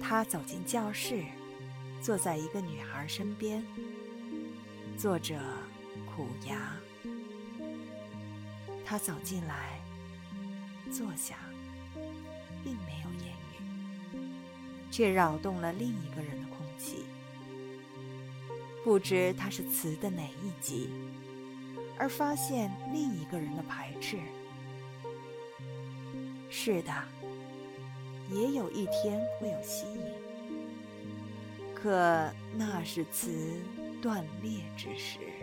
他走进教室，坐在一个女孩身边，作者苦牙。他走进来，坐下，并没有言语，却扰动了另一个人的空气。不知他是词的哪一集，而发现另一个人的排斥。是的，也有一天会有吸引，可那是词断裂之时。